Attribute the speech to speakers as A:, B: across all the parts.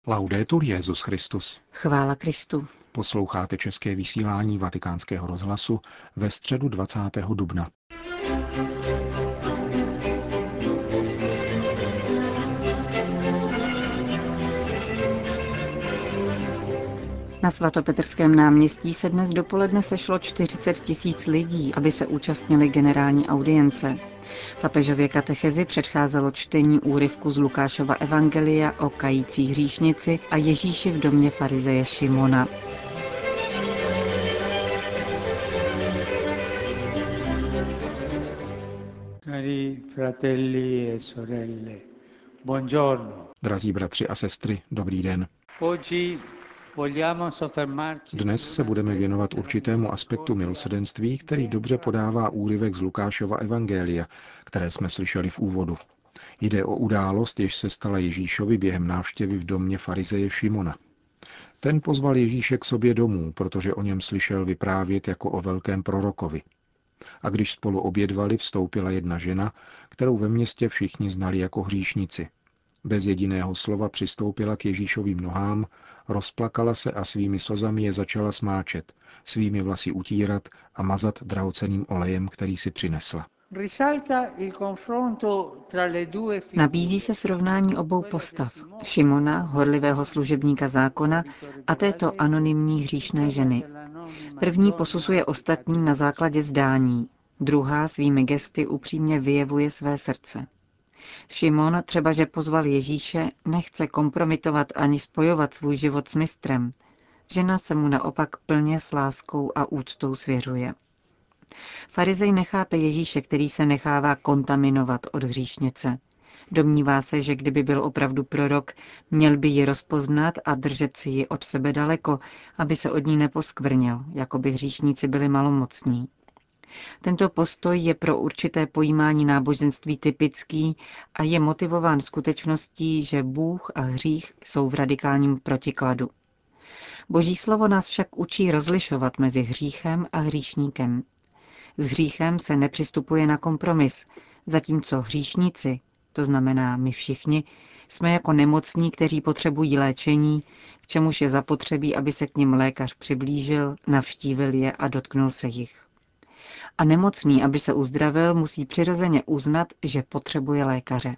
A: Laudetur Jesus Christus.
B: Chvála Kristu.
A: Posloucháte české vysílání Vatikánského rozhlasu ve středu 20. dubna.
B: Na svatopetrském náměstí se dnes dopoledne sešlo 40 000 lidí, aby se účastnili generální audience. Papežově katechezi předcházelo čtení úryvku z Lukášova evangelia o kající hříšnici a Ježíši v domě farizeje Šimona.
C: Cari fratelli e sorelle, buongiorno.
A: Drazí bratři a sestry, dobrý den. Dnes se budeme věnovat určitému aspektu milosrdenství, který dobře podává úryvek z Lukášova evangelia, které jsme slyšeli v úvodu. Jde o událost, jež se stala Ježíšovi během návštěvy v domě farizeje Šimona. Ten pozval Ježíše k sobě domů, protože o něm slyšel vyprávět jako o velkém prorokovi. A když spolu obědvali, vstoupila jedna žena, kterou ve městě všichni znali jako hříšnici. Bez jediného slova přistoupila k Ježíšovým nohám, rozplakala se a svými slzami je začala smáčet, svými vlasy utírat a mazat drahocenným olejem, který si přinesla.
B: Nabízí se srovnání obou postav, Šimona, horlivého služebníka zákona, a této anonymní hříšné ženy. První posuzuje ostatní na základě zdání, druhá svými gesty upřímně vyjevuje své srdce. Šimon, třeba že pozval Ježíše, nechce kompromitovat ani spojovat svůj život s mistrem. Žena se mu naopak plně s láskou a úctou svěřuje. Farizej nechápe Ježíše, který se nechává kontaminovat od hříšnice. Domnívá se, že kdyby byl opravdu prorok, měl by ji rozpoznat a držet si ji od sebe daleko, aby se od ní neposkvrnil, jako by hříšníci byli malomocní. Tento postoj je pro určité pojímání náboženství typický a je motivován skutečností, že Bůh a hřích jsou v radikálním protikladu. Boží slovo nás však učí rozlišovat mezi hříchem a hříšníkem. S hříchem se nepřistupuje na kompromis, zatímco hříšníci, to znamená my všichni, jsme jako nemocní, kteří potřebují léčení, k čemuž je zapotřebí, aby se k nim lékař přiblížil, navštívil je a dotknul se jich. A nemocný, aby se uzdravil, musí přirozeně uznat, že potřebuje lékaře.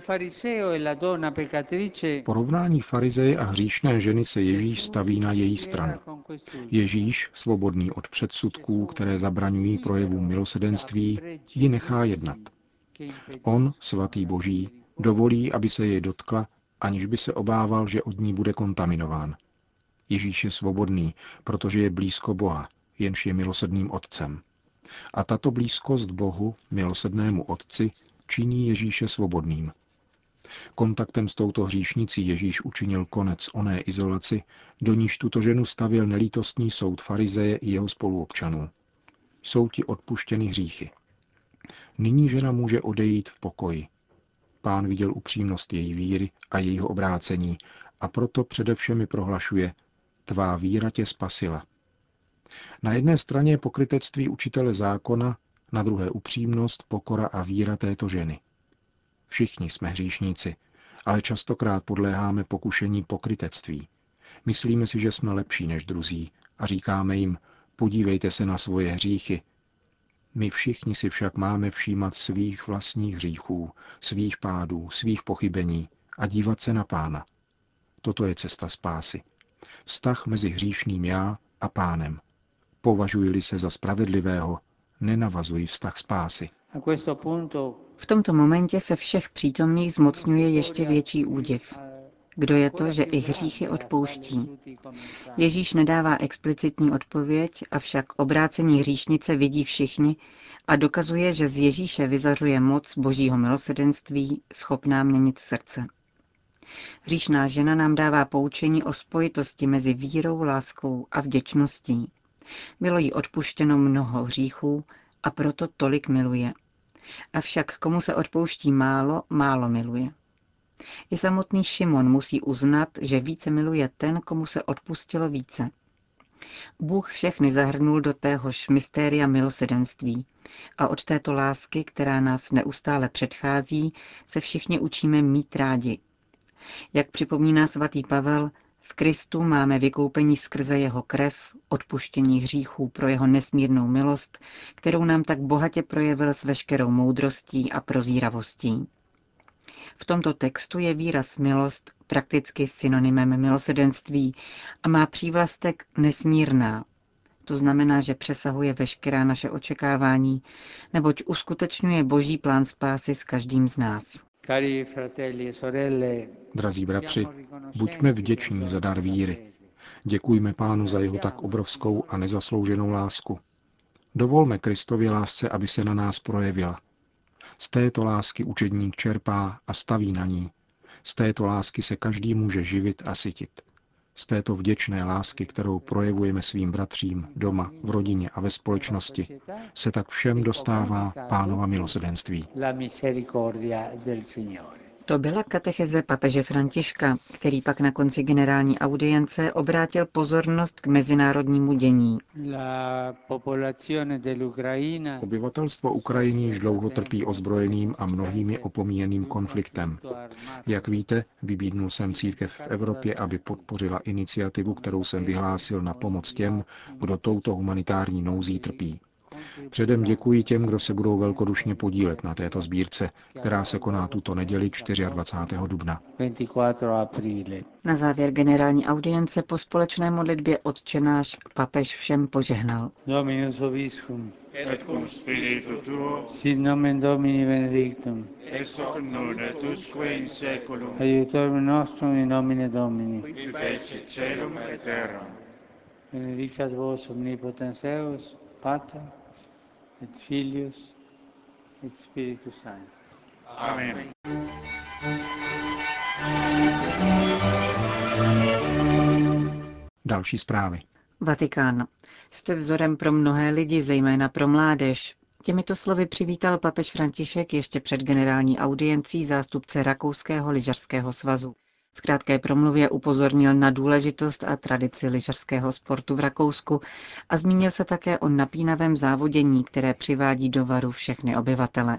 A: Porovnání farizeje a hříšné ženy se Ježíš staví na její stranu. Ježíš, svobodný od předsudků, které zabraňují projevům milosrdenství, ji nechá jednat. On, svatý Boží, dovolí, aby se jej dotkla, aniž by se obával, že od ní bude kontaminován. Ježíš je svobodný, protože je blízko Boha, jenž je milosrdným Otcem. A tato blízkost Bohu, milosrdnému Otci, činí Ježíše svobodným. Kontaktem s touto hříšnicí Ježíš učinil konec oné izolaci, do níž tuto ženu stavěl nelítostný soud farizeje i jeho spoluobčanů. Jsou ti odpuštěny hříchy. Nyní žena může odejít v pokoji. Pán viděl upřímnost její víry a jejího obrácení a proto především prohlašuje: tvá víra tě spasila. Na jedné straně je pokrytectví učitele zákona, na druhé upřímnost, pokora a víra této ženy. Všichni jsme hříšníci, ale častokrát podléháme pokušení pokrytectví. Myslíme si, že jsme lepší než druzí a říkáme jim: podívejte se na svoje hříchy. My všichni si však máme všímat svých vlastních hříchů, svých pádů, svých pochybení a dívat se na Pána. Toto je cesta spásy. Vztah mezi hříšným já a Pánem. Považuji-li se za spravedlivého, nenavazuji vztah spásy.
B: V tomto momentě se všech přítomných zmocňuje ještě větší údiv. Kdo je to, že i hříchy odpouští? Ježíš nedává explicitní odpověď, avšak obrácení hříšnice vidí všichni a dokazuje, že z Ježíše vyzařuje moc Božího milosrdenství, schopná měnit srdce. Hříšná žena nám dává poučení o spojitosti mezi vírou, láskou a vděčností. Bylo jí odpuštěno mnoho hříchů a proto tolik miluje. Avšak komu se odpouští málo, málo miluje. I samotný Šimon musí uznat, že více miluje ten, komu se odpustilo více. Bůh všechny zahrnul do téhož mystéria milosrdenství a od této lásky, která nás neustále předchází, se všichni učíme mít rádi. Jak připomíná svatý Pavel, v Kristu máme vykoupení skrze jeho krev, odpuštění hříchů pro jeho nesmírnou milost, kterou nám tak bohatě projevil s veškerou moudrostí a prozíravostí. V tomto textu je výraz milost prakticky synonymem milosedenství a má přívlastek nesmírná. To znamená, že přesahuje veškerá naše očekávání, neboť uskutečňuje boží plán spásy s každým z nás.
A: Drazí bratři, buďme vděční za dar víry. Děkujme Pánu za jeho tak obrovskou a nezaslouženou lásku. Dovolme Kristově lásce, aby se na nás projevila. Z této lásky učedník čerpá a staví na ní. Z této lásky se každý může živit a sytit. Z této vděčné lásky, kterou projevujeme svým bratřím doma, v rodině a ve společnosti, se tak všem dostává Pánova milosrdenství.
B: To byla katecheze papeže Františka, který pak na konci generální audience obrátil pozornost k mezinárodnímu dění.
A: Obyvatelstvo Ukrajiny již dlouho trpí ozbrojeným a mnohými opomíjeným konfliktem. Jak víte, vybídnul jsem církev v Evropě, aby podpořila iniciativu, kterou jsem vyhlásil na pomoc těm, kdo touto humanitární nouzí trpí. Předem děkuji těm, kdo se budou velkodušně podílet na této sbírce, která se koná tuto neděli 24. dubna.
B: Na závěr generální audience po společné modlitbě Otčenáš papež všem požehnal.
C: Dominus vobiscum. Et cum spiritu tuo. Sit nomen Domini benedictum. Ex hoc nunc et usque in saeculum. Aiutorium nostrum in nomine Domini. Qui fecit caelum et terram. Benedicat vos omnipotens Deus, Pater et Filius et Spiritus Sanctus. Amen.
A: Další zprávy.
B: Vatikán. Jste vzorem pro mnohé lidi, zejména pro mládež. Těmito slovy přivítal papež František ještě před generální audiencí zástupce Rakouského lyžařského svazu. V krátké promluvě upozornil na důležitost a tradici lyžařského sportu v Rakousku a zmínil se také o napínavém závodění, které přivádí do varu všechny obyvatele.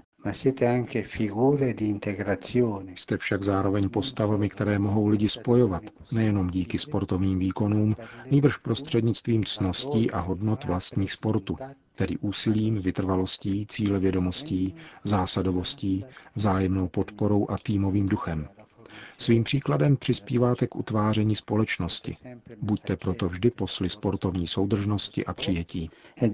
A: Jste však zároveň postavami, které mohou lidi spojovat, nejenom díky sportovním výkonům, nýbrž prostřednictvím ctností a hodnot vlastních sportu, tedy úsilím, vytrvalostí, cílevědomostí, zásadovostí, vzájemnou podporou a týmovým duchem. Svým příkladem přispíváte k utváření společnosti. Buďte proto vždy posly sportovní soudržnosti a přijetí.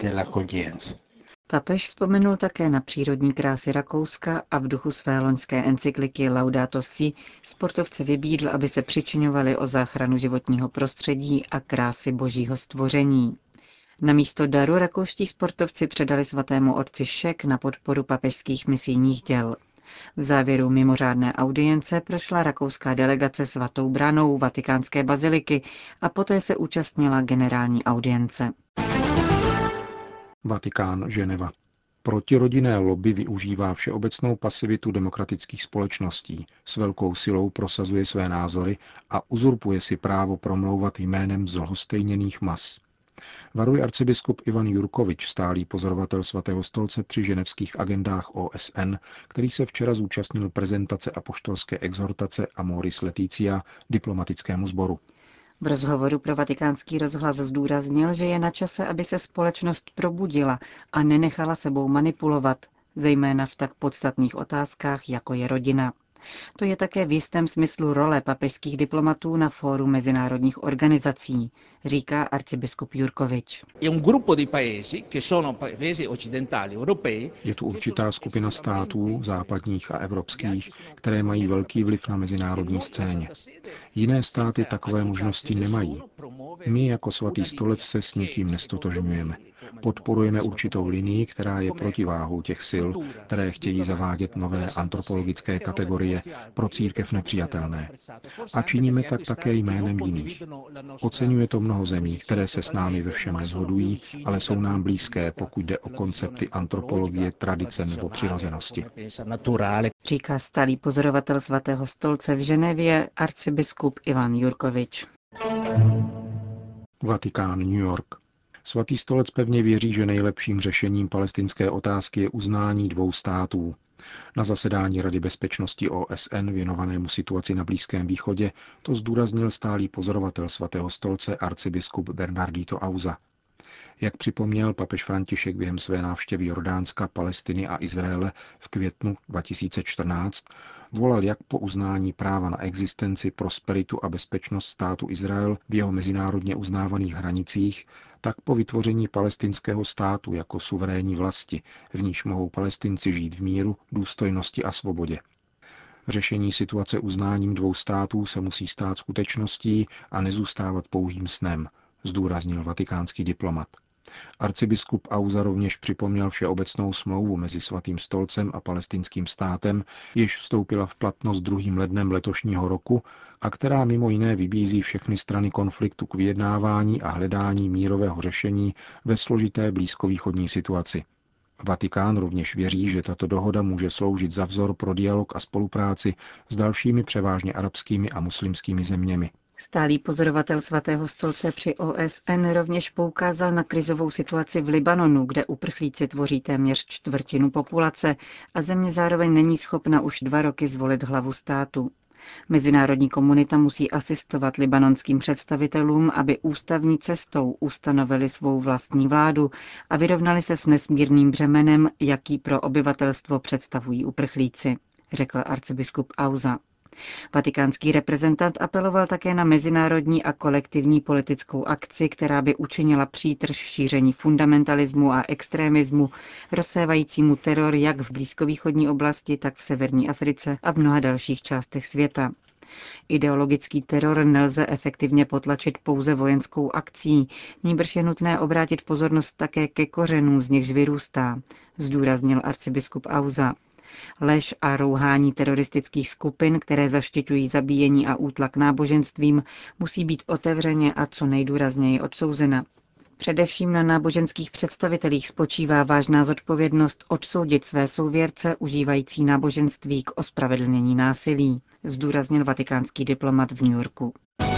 B: Papež vzpomenul také na přírodní krásy Rakouska a v duchu své loňské encykliky Laudato Si sportovce vybídl, aby se přičiňovali o záchranu životního prostředí a krásy božího stvoření. Namísto daru rakouští sportovci předali svatému otci šek na podporu papežských misijních děl. V závěru mimořádné audience prošla rakouská delegace svatou branou vatikánské baziliky a poté se účastnila generální audience.
A: Vatikán, Ženeva. Protirodinné lobby využívá všeobecnou pasivitu demokratických společností, s velkou silou prosazuje své názory a uzurpuje si právo promlouvat jménem zlhostejněných mas. Varuje arcibiskup Ivan Jurkovič, stálý pozorovatel Svatého stolce při ženevských agendách OSN, který se včera zúčastnil prezentace apoštolské exhortace Amoris Laetitia diplomatickému sboru.
B: V rozhovoru pro Vatikánský rozhlas zdůraznil, že je na čase, aby se společnost probudila a nenechala sebou manipulovat, zejména v tak podstatných otázkách, jako je rodina. To je také v jistém smyslu role papežských diplomatů na fóru mezinárodních organizací, říká arcibiskup Jurkovič.
A: Je tu určitá skupina států, západních a evropských, které mají velký vliv na mezinárodní scéně. Jiné státy takové možnosti nemají. My jako Svatý stolec se s nikým nestotožňujeme. Podporujeme určitou linii, která je protiváhou těch sil, které chtějí zavádět nové antropologické kategorie pro církev nepřijatelné. A činíme tak také jménem jiných. Oceňuje to mnoho zemí, které se s námi ve všem neshodují, ale jsou nám blízké, pokud jde o koncepty antropologie, tradice nebo přirozenosti.
B: Říká stálý pozorovatel Svatého stolce v Ženevě arcibiskup Ivan Jurkovič.
A: Vatikán, New York. Svatý stolec pevně věří, že nejlepším řešením palestinské otázky je uznání dvou států. Na zasedání Rady bezpečnosti OSN věnovanému situaci na Blízkém východě to zdůraznil stálý pozorovatel Svatého stolce arcibiskup Bernardito Auza. Jak připomněl papež František během své návštěvy Jordánska, Palestiny a Izraele v květnu 2014, volal jak po uznání práva na existenci, prosperitu a bezpečnost státu Izrael v jeho mezinárodně uznávaných hranicích, tak po vytvoření palestinského státu jako suverénní vlasti, v níž mohou Palestinci žít v míru, důstojnosti a svobodě. Řešení situace uznáním dvou států se musí stát skutečností a nezůstávat pouhým snem, zdůraznil vatikánský diplomat. Arcibiskup Auza rovněž připomněl všeobecnou smlouvu mezi Svatým stolcem a palestinským státem, jež vstoupila v platnost 2. lednem letošního roku a která mimo jiné vybízí všechny strany konfliktu k vyjednávání a hledání mírového řešení ve složité blízkovýchodní situaci. Vatikán rovněž věří, že tato dohoda může sloužit za vzor pro dialog a spolupráci s dalšími převážně arabskými a muslimskými zeměmi.
B: Stálý pozorovatel Svatého stolce při OSN rovněž poukázal na krizovou situaci v Libanonu, kde uprchlíci tvoří téměř čtvrtinu populace a země zároveň není schopna už 2 roky zvolit hlavu státu. Mezinárodní komunita musí asistovat libanonským představitelům, aby ústavní cestou ustanovili svou vlastní vládu a vyrovnali se s nesmírným břemenem, jaký pro obyvatelstvo představují uprchlíci, řekl arcibiskup Auza. Vatikánský reprezentant apeloval také na mezinárodní a kolektivní politickou akci, která by učinila přítrž šíření fundamentalismu a extremismu, rozsévajícímu teror jak v blízkovýchodní oblasti, tak v severní Africe a v mnoha dalších částech světa. Ideologický teror nelze efektivně potlačit pouze vojenskou akcí, nýbrž je nutné obrátit pozornost také ke kořenům, z nichž vyrůstá, zdůraznil arcibiskup Auza. Lež a rouhání teroristických skupin, které zaštiťují zabíjení a útlak náboženstvím, musí být otevřeně a co nejdůrazněji odsouzena. Především na náboženských představitelích spočívá vážná zodpovědnost odsoudit své souvěrce užívající náboženství k ospravedlnění násilí, zdůraznil vatikánský diplomat v New Yorku.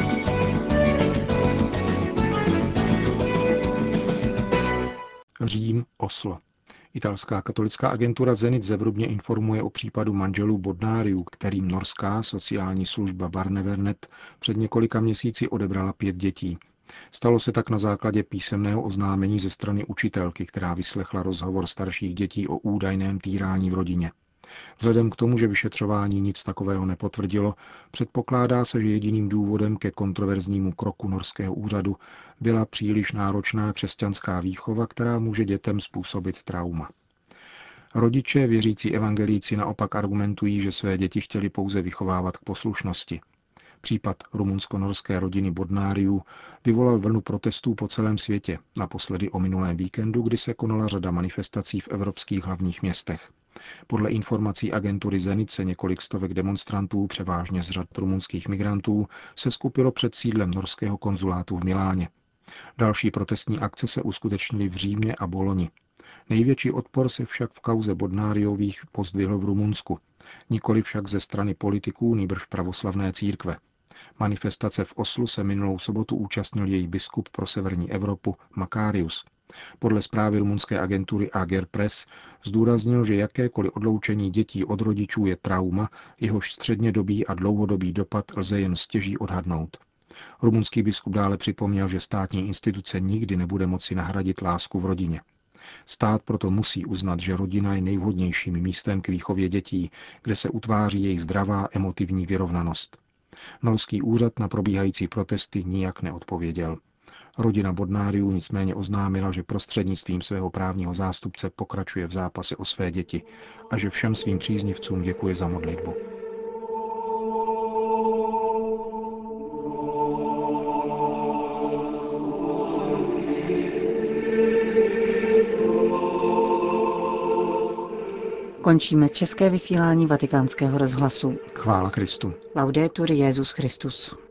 A: Řím, Oslo. Italská katolická agentura Zenit zevrubně informuje o případu manželů Bodnáriů, kterým norská sociální služba Barnevernet před několika měsíci odebrala 5 dětí. Stalo se tak na základě písemného oznámení ze strany učitelky, která vyslechla rozhovor starších dětí o údajném týrání v rodině. Vzhledem k tomu, že vyšetřování nic takového nepotvrdilo, předpokládá se, že jediným důvodem ke kontroverznímu kroku norského úřadu byla příliš náročná křesťanská výchova, která může dětem způsobit trauma. Rodiče, věřící evangelíci, naopak argumentují, že své děti chtěli pouze vychovávat k poslušnosti. Případ rumunsko-norské rodiny Bodnáriů vyvolal vlnu protestů po celém světě, naposledy o minulém víkendu, kdy se konala řada manifestací v evropských hlavních městech. Podle informací agentury Zenit se několik stovek demonstrantů, převážně z řad rumunských migrantů, se skupilo před sídlem norského konzulátu v Miláně. Další protestní akce se uskutečnily v Římě a Boloni. Největší odpor se však v kauze Bodnáriových pozdvihl v Rumunsku, nikoli však ze strany politiků, nýbrž pravoslavné církve. Manifestace v Oslu se minulou sobotu účastnil její biskup pro severní Evropu Makarius. Podle zprávy rumunské agentury Ager Press zdůraznil, že jakékoliv odloučení dětí od rodičů je trauma, jehož střednědobý a dlouhodobý dopad lze jen stěží odhadnout. Rumunský biskup dále připomněl, že státní instituce nikdy nebude moci nahradit lásku v rodině. Stát proto musí uznat, že rodina je nejvhodnějším místem k výchově dětí, kde se utváří jejich zdravá emotivní vyrovnanost. Norský úřad na probíhající protesty nijak neodpověděl. Rodina Bodnáriů nicméně oznámila, že prostřednictvím svého právního zástupce pokračuje v zápase o své děti a že všem svým příznivcům děkuje za modlitbu.
B: Končíme české vysílání Vatikánského rozhlasu.
A: Chvála Kristu.
B: Laudetur Jesus Christus.